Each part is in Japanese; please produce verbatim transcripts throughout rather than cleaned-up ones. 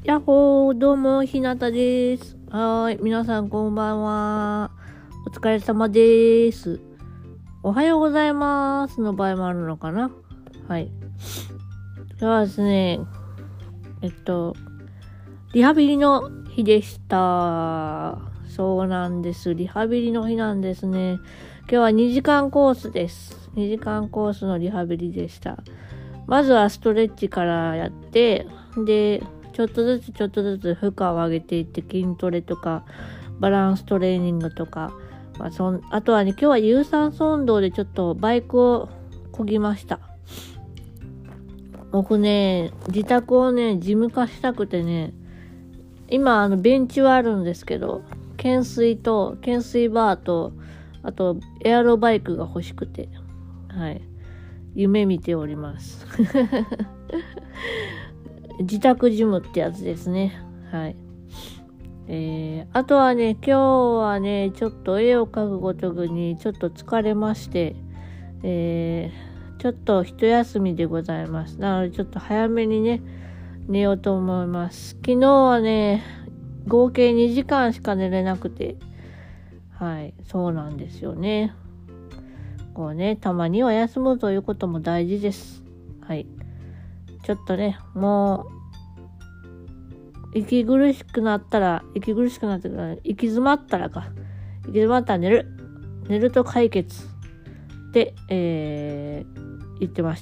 やっほー、どうも、ひなたです。はーい、皆さんこんばんは。お疲れ様です。おはようございますの場合もあるのかな。はい。今日はですね、えっと、リハビリの日でした。そうなんです。リハビリの日なんですね。今日はにじかんコースです。にじかんコースのリハビリでした。まずはストレッチからやって、で、ちょっとずつちょっとずつ負荷を上げていって筋トレとかバランストレーニングとか、まあ、そんあとはね、今日は有酸素運動でちょっとバイクを漕ぎました。僕ね、自宅をね、ジム化したくてね、今あのベンチはあるんですけど、懸垂と懸垂バーとあとエアロバイクが欲しくて、はい夢見ております自宅ジムってやつですね。はい。えー、あとはね、今日はね、ちょっと絵を描くごとくにちょっと疲れまして、えー、ちょっと一休みでございます。なのでちょっと早めにね、寝ようと思います。昨日はね、合計にじかんしか寝れなくて、はい、そうなんですよね。こうね、たまには休むということも大事です。はい。ちょっとね、もう、息苦しくなったら、息苦しくなってから、行き詰まったらか。行き詰まったら寝る。寝ると解決。って、えー、言ってました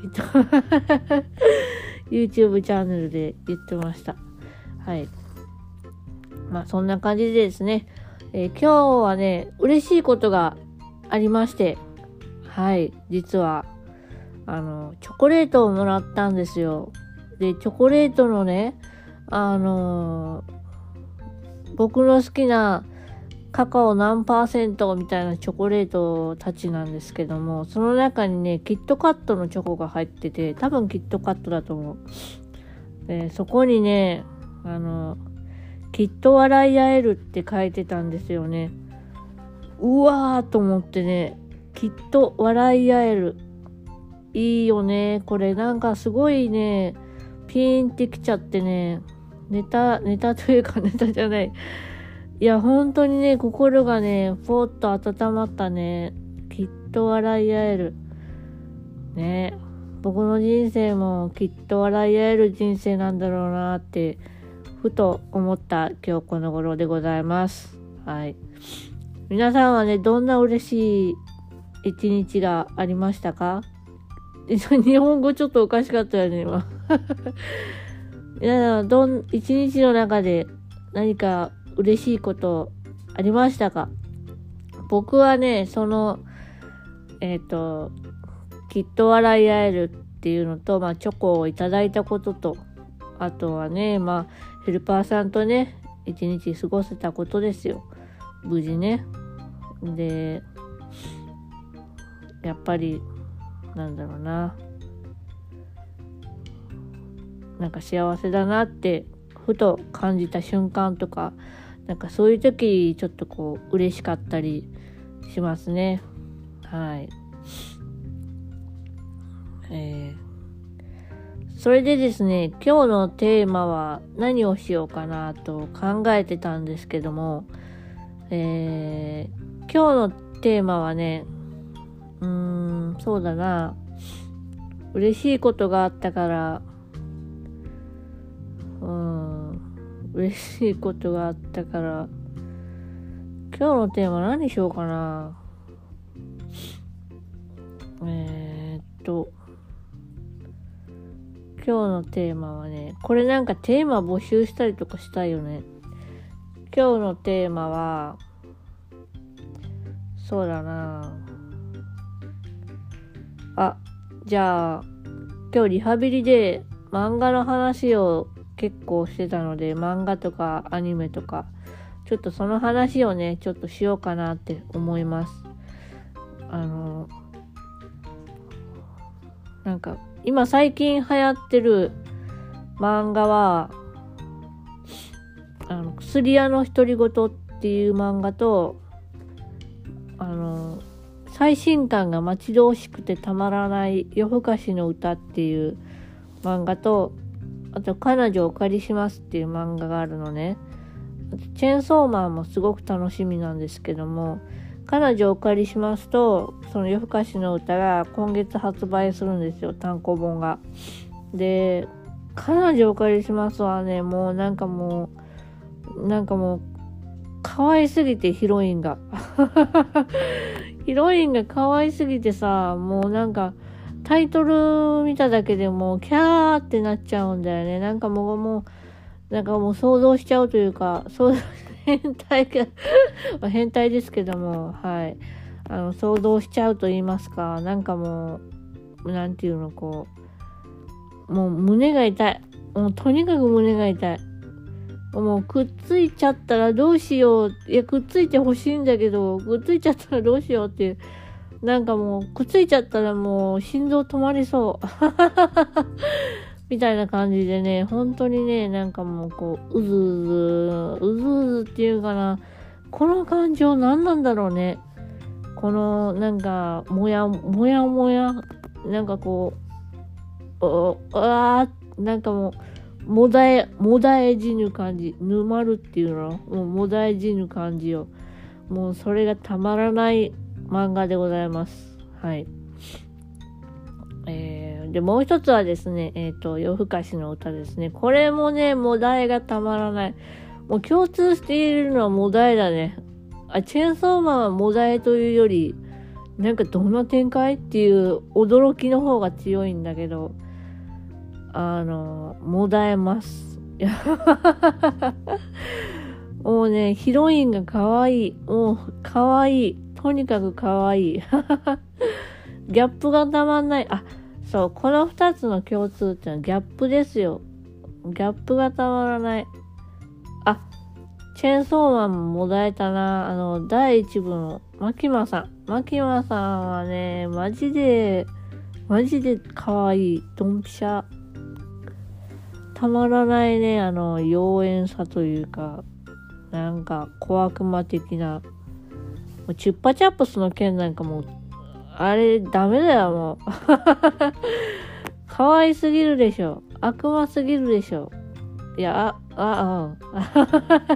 。YouTube チャンネルで言ってました。はい。まあ、そんな感じでですね、えー、今日はね、嬉しいことがありまして、はい、実は、あの、チョコレートをもらったんですよ。で、チョコレートのね、あのー、僕の好きなカカオ何パーセントみたいなチョコレートたちなんですけども、その中にね、キットカットのチョコが入ってて、多分キットカットだと思う。で、そこにね、あの、きっと笑い合えるって書いてたんですよね。うわーと思ってね、きっと笑い合える。いいよね。これなんかすごいね、ピーンってきちゃってね、ネタ、ネタというかネタじゃない。いや、本当にね、心がね、ぽーっと温まったね。きっと笑い合える。ね。僕の人生もきっと笑い合える人生なんだろうなって、ふと思った今日この頃でございます。はい。皆さんはね、どんな嬉しい一日がありましたか？日本語ちょっとおかしかったよね、今。皆さん、どん、一日の中で何か嬉しいことありましたか？僕はね、その、えっと、きっと笑い合えるっていうのと、まあ、チョコをいただいたことと、あとはね、まあ、ヘルパーさんとね、一日過ごせたことですよ。無事ね。で、やっぱり、なんだろうな。なんか幸せだなってふと感じた瞬間とか、なんかそういう時ちょっとこう嬉しかったりしますね。はい。えー、それでですね、今日のテーマは何をしようかなと考えてたんですけども、えー、今日のテーマはね、うーん、そうだな、嬉しいことがあったから、うん、嬉しいことがあったから、今日のテーマ何しようかな。えー、っと、今日のテーマはね、これなんかテーマ募集したりとかしたいよね。今日のテーマは、そうだな。あ、じゃあ、今日リハビリで漫画の話を結構してたので、漫画とかアニメとか、ちょっとその話をね、ちょっとしようかなって思います。あの、なんか、今最近流行ってる漫画は、あの、薬屋の独り言っていう漫画と、あの、最新刊が待ち遠しくてたまらない夜更かしの歌っていう漫画と、 あと彼女をお借りしますっていう漫画があるのね。チェーンソーマンもすごく楽しみなんですけども、彼女をお借りしますと、その夜更かしの歌が今月発売するんですよ、単行本が。で、彼女をお借りしますはね、もうなんかもう、なんかもう、可愛すぎてヒロインが。ヒロインが可愛すぎてさ、もうなんか、タイトル見ただけでもうキャーってなっちゃうんだよね。なんかもう、もう、なんかもう想像しちゃうというか、そう、変態が、変態ですけども、はい。あの、想像しちゃうと言いますか、なんかもう、なんていうの、こう、もう胸が痛い。もうとにかく胸が痛い。もうくっついちゃったらどうしよう。いや、くっついてほしいんだけど、くっついちゃったらどうしようっていう。なんかもう、くっついちゃったらもう心臓止まりそう。みたいな感じでね、本当にね、なんかもうこう、うずうず、うずうずっていうかな、この感情何なんだろうね。この、なんか、もや、もやもや、なんかこう、お、あー、なんかもう、もだえ、もだえじぬ感じ。沼るっていうのもうもだえじぬ感じよ。もうそれがたまらない漫画でございます。はい。えー、で、もう一つはですね、えっと、夜更かしの歌ですね。これもね、もだえがたまらない。もう共通しているのはもだえだね。あ、チェーンソーマンはもだえというより、なんかどんな展開っていう驚きの方が強いんだけど、あの、もだえます。もうね、ヒロインが可愛い。もう可愛い。とにかく可愛い。ギャップがたまんない。あ、そう、この二つの共通ってのはギャップですよ。ギャップがたまらない。あ、チェーンソーマンももだえたな。あの、だいいち部のマキマさん。マキマさんはね、マジで、マジで可愛い。ドンピシャ。たまらないね、あの、妖艶さというか、なんか、小悪魔的な。もうチュッパチャップスの件なんかもう、あれ、ダメだよ、もう。可愛すぎるでしょ。悪魔すぎるでしょ。いや、あ、あ、うん。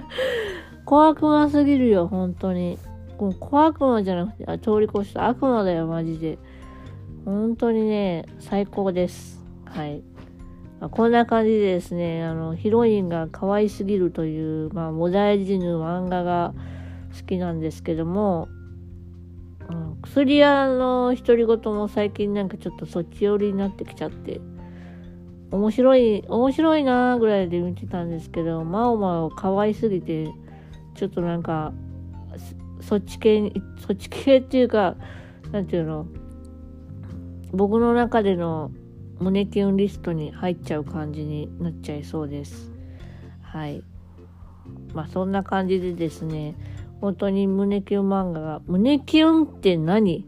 小悪魔すぎるよ、本当に。もう小悪魔じゃなくて、あ、通り越した悪魔だよ、マジで。本当にね、最高です。はい。こんな感じでですね、あの、ヒロインが可愛すぎるという、まあ、もだえじぬ漫画が好きなんですけども、うん、薬屋の独り言も最近なんかちょっとそっち寄りになってきちゃって、面白い、面白いなーぐらいで見てたんですけど、まおまお可愛すぎて、ちょっとなんか、そっち系に、そっち系っていうか、なんていうの、僕の中での胸キュンリストに入っちゃう感じになっちゃいそうです。はい。まあそんな感じでですね、本当に胸キュン漫画が、胸キュンって何？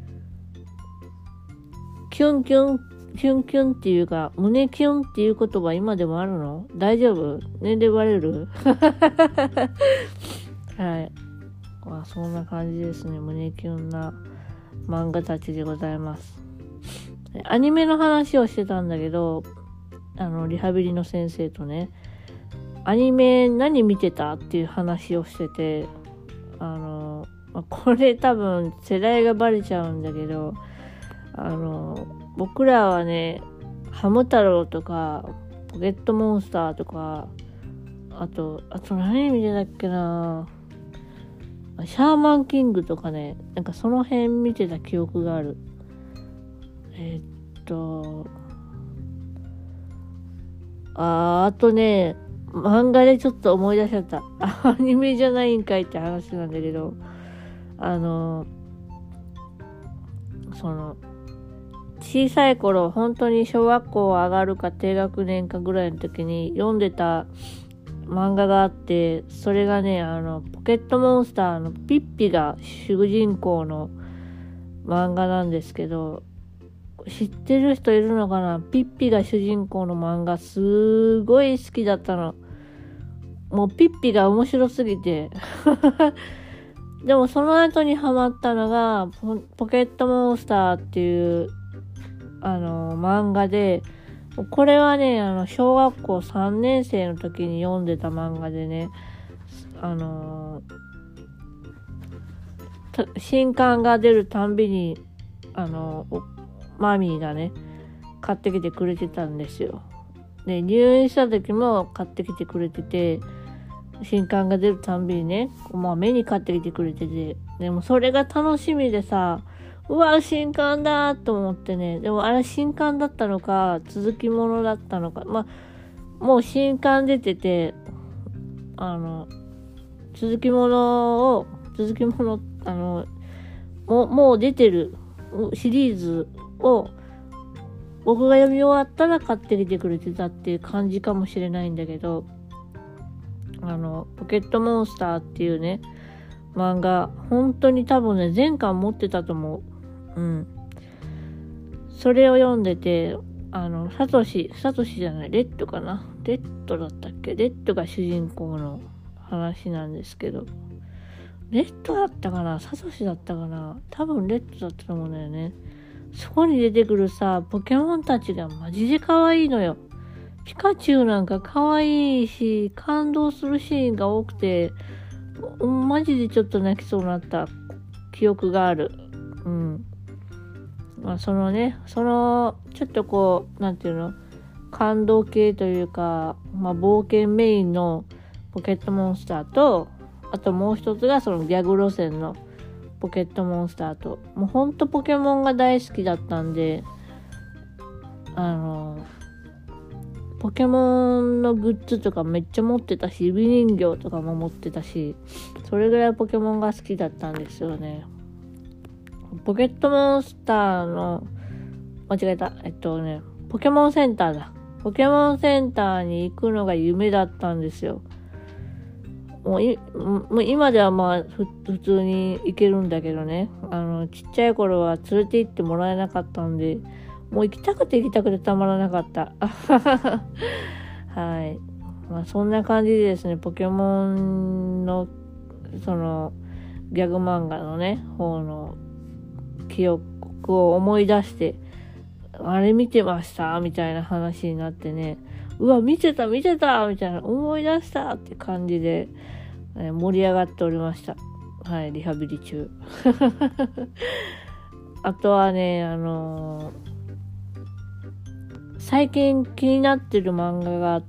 キュンキュン、キュンキュンっていうか、胸キュンっていう言葉今でもあるの？大丈夫？年齢バレる？はい。まあそんな感じですね。胸キュンな漫画たちでございます。アニメの話をしてたんだけど、あの、リハビリの先生とね、アニメ何見てたっていう話をしてて、あの、これ多分世代がバレちゃうんだけど、あの、僕らはね、ハム太郎とか、ポケットモンスターとか、あと、あと何見てたっけな、シャーマンキングとかね、なんかその辺見てた記憶がある。えー、っと、あー、あとね、漫画でちょっと思い出しちゃった。アニメじゃないんかいって話なんだけど、あの、その、小さい頃、本当に小学校上がるか低学年かぐらいの時に読んでた漫画があって、それがね、あの、ポケットモンスターのピッピが主人公の漫画なんですけど、知ってる人いるのかな？ピッピが主人公の漫画すごい好きだったの。もうピッピが面白すぎて。でもその後にハマったのがポ、ポケットモンスターっていう、あの、漫画で、 これはね、あの、小学校さんねん生の時に読んでた漫画でね、あのー、新刊が出るたんびに、あのー、マミーがね、買ってきてくれてたんですよ。で、入院した時も買ってきてくれてて、新刊が出るたんびにね、まあ目に買ってきてくれてて、でもそれが楽しみでさ、うわ、新刊だと思ってね、でもあれ新刊だったのか、続きものだったのか、まあ、もう新刊出てて、あの、続きものを、続きもの、あの、もう、もう出てるシリーズを、僕が読み終わったら買ってきてくれてたっていう感じかもしれないんだけど、あの、ポケットモンスターっていうね、漫画、本当に多分ね、全巻持ってたと思う。うん。それを読んでて、あの、サトシ、サトシじゃない、レッドかな。レッドだったっけ？レッドが主人公の話なんですけど、レッドだったかな？サトシだったかな？多分レッドだったと思うんだよね。そこに出てくるさ、ポケモンたちがマジで可愛いのよ。ピカチュウなんか可愛いし、感動するシーンが多くて、マジでちょっと泣きそうになった記憶がある。うん。まあ、そのね、その、ちょっとこう、なんていうの、感動系というか、まあ、冒険メインのポケットモンスターと、あともう一つがそのギャグ路線のポケットモンスターと、もうほんとポケモンが大好きだったんで、あの、ポケモンのグッズとかめっちゃ持ってたし、指人形とかも持ってたし、それぐらいポケモンが好きだったんですよね。ポケットモンスターの、間違えた、えっとね、ポケモンセンターだ。ポケモンセンターに行くのが夢だったんですよ。もういもう今ではまあふ普通に行けるんだけどね、あのちっちゃい頃は連れて行ってもらえなかったんで、もう行きたくて行きたくてたまらなかった。はい。まあそんな感じでですね、ポケモンのそのギャグ漫画のね方の記憶を思い出して、あれ見てましたみたいな話になってね、うわ見てた見てたみたいな、思い出したって感じで、えー、盛り上がっておりました。はい、リハビリ中。あとはね、あのー、最近気になってる漫画があって、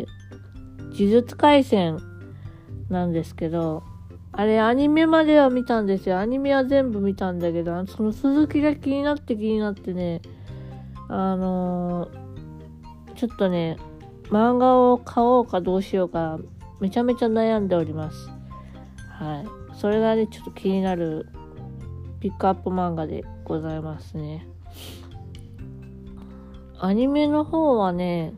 呪術廻戦なんですけど、あれアニメまでは見たんですよ。アニメは全部見たんだけど、その続きが気になって気になってね、あのー、ちょっとね、漫画を買おうかどうしようかめちゃめちゃ悩んでおります。はい。それがね、ちょっと気になるピックアップ漫画でございますね。アニメの方はね、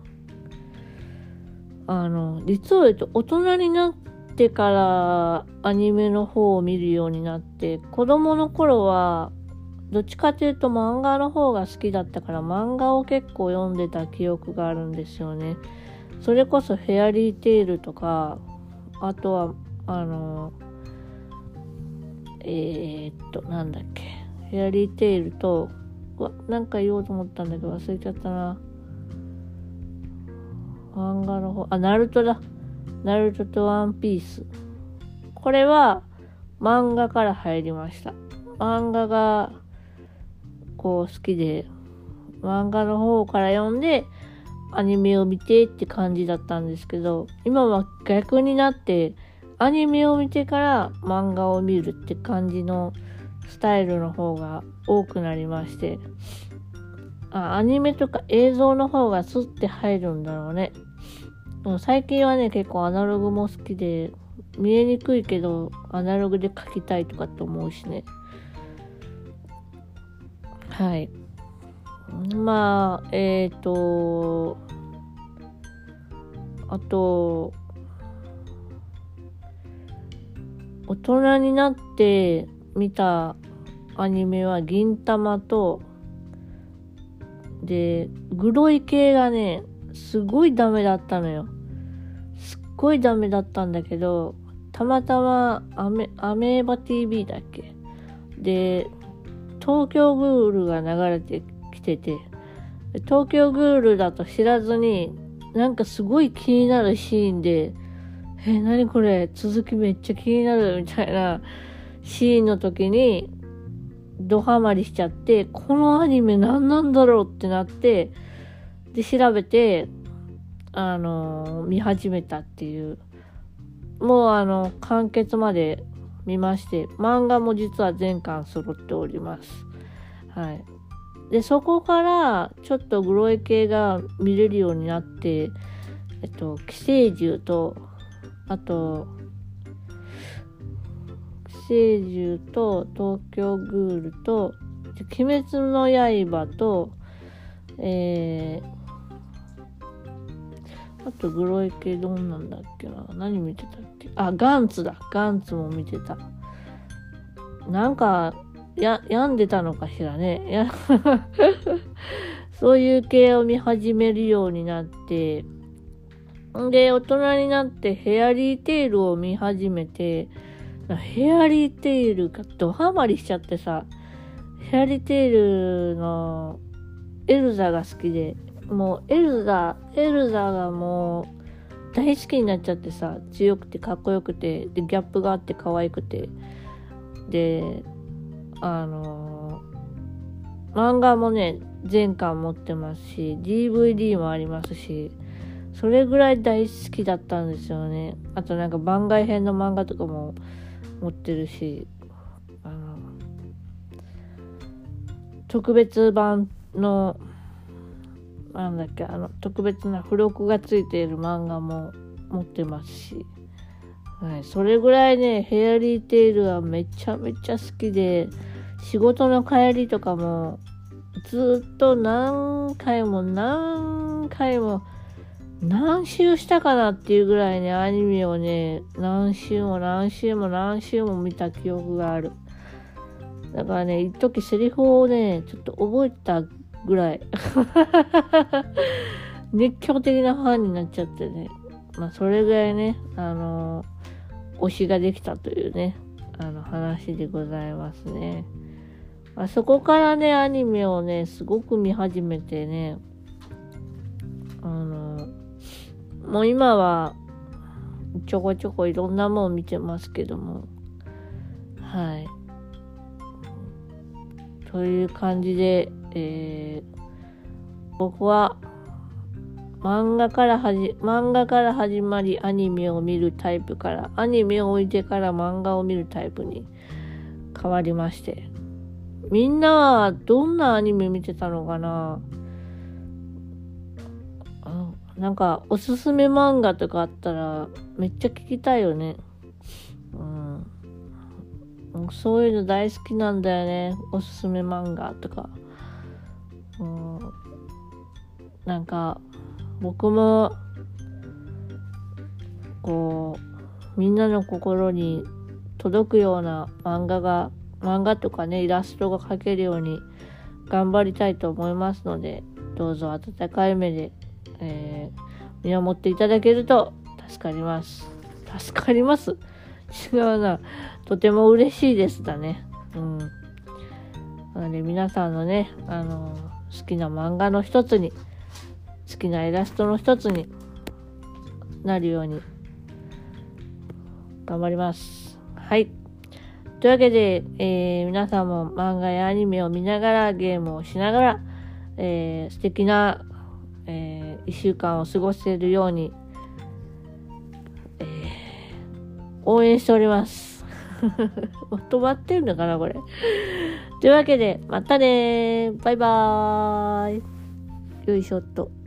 あの、実を言うと大人になってからアニメの方を見るようになって、子供の頃はどっちかというと漫画の方が好きだったから漫画を結構読んでた記憶があるんですよね。それこそフェアリーテイルとか、あとはあのえー、っとなんだっけ、フェアリーテイルと、うわなんか言おうと思ったんだけど忘れちゃったな。漫画の方、あ、ナルトだ。ナルトとワンピース。これは漫画から入りました。漫画がこう好きで、漫画の方から読んでアニメを見てって感じだったんですけど、今は逆になってアニメを見てから漫画を見るって感じのスタイルの方が多くなりまして、あ、アニメとか映像の方がスッて入るんだろうね。もう最近はね、結構アナログも好きで、見えにくいけどアナログで描きたいとかって思うしね。はい。まあ、えっと、あと、大人になって見たアニメは銀魂と、で、グロい系がね、すごいダメだったのよ。すっごいダメだったんだけど、たまたまアメ、アメーバ ティーブイ だっけで、東京グールが流れてきてて、 東京グールだと知らずに、なんかすごい気になるシーンで、え、何これ、続きめっちゃ気になるみたいなシーンの時に、ドハマりしちゃって、このアニメ何なんだろうってなって、で、調べて、あのー、見始めたっていう。もうあの、完結まで見まして、漫画も実は全巻揃っております。はい。で、そこから、ちょっとグロい系が見れるようになって、えっと、寄生獣と、あと、寄生獣と、東京グールと、鬼滅の刃と、えー、あとグロい系どんなんだっけな、何見てたっけ、あ、ガンツだ、ガンツも見てた。なんか、や、病んでたのかしらね。やそういう系を見始めるようになって、で、大人になってヘアリーテールを見始めて、ヘアリーテールがドハマりしちゃってさ、ヘアリーテールのエルザが好きで、もうエルザ、エルザがもう大好きになっちゃってさ、強くてかっこよくて、で、ギャップがあって可愛くて、で、あのー、漫画もね、全巻持ってますし、ディーブイディー もありますし、それぐらい大好きだったんですよね。あとなんか番外編の漫画とかも持ってるし、あの特別版のなんだっけ、あの特別な付録がついている漫画も持ってますし、はい、それぐらいね、ヘアリーテールはめちゃめちゃ好きで、仕事の帰りとかもずっと何回も何回も何周したかなっていうぐらいね、アニメをね、何周も何周も何周も見た記憶がある。だからね、一時セリフをね、ちょっと覚えたぐらい熱狂的なファンになっちゃってね。まあそれぐらいね、あの推しができたというね、あの話でございますね。まあ、そこからね、アニメをね、すごく見始めてね、あのもう今はちょこちょこいろんなもの見てますけども、はい。という感じで、えー、僕は漫画からはじ、漫画から始まりアニメを見るタイプから、アニメを置いてから漫画を見るタイプに変わりまして、みんなはどんなアニメ見てたのかな？あ、なんかおすすめ漫画とかあったらめっちゃ聞きたいよね。うん。そういうの大好きなんだよね。おすすめ漫画とか。うん、なんか僕もこうみんなの心に届くような漫画が漫画とかね、イラストが描けるように頑張りたいと思いますので、どうぞ温かい目で、えー、見守っていただけると助かります。助かります？違うな。とても嬉しいですだね。うん。なので皆さんのね、あのー、好きな漫画の一つに、好きなイラストの一つになるように頑張ります。はい。というわけで、えー、皆さんも漫画やアニメを見ながら、ゲームをしながら、えー、素敵な、えー、一週間を過ごせるように、えー、応援しております。止まってるのかなこれ。というわけで、またねー。バイバーイ。よいしょっと。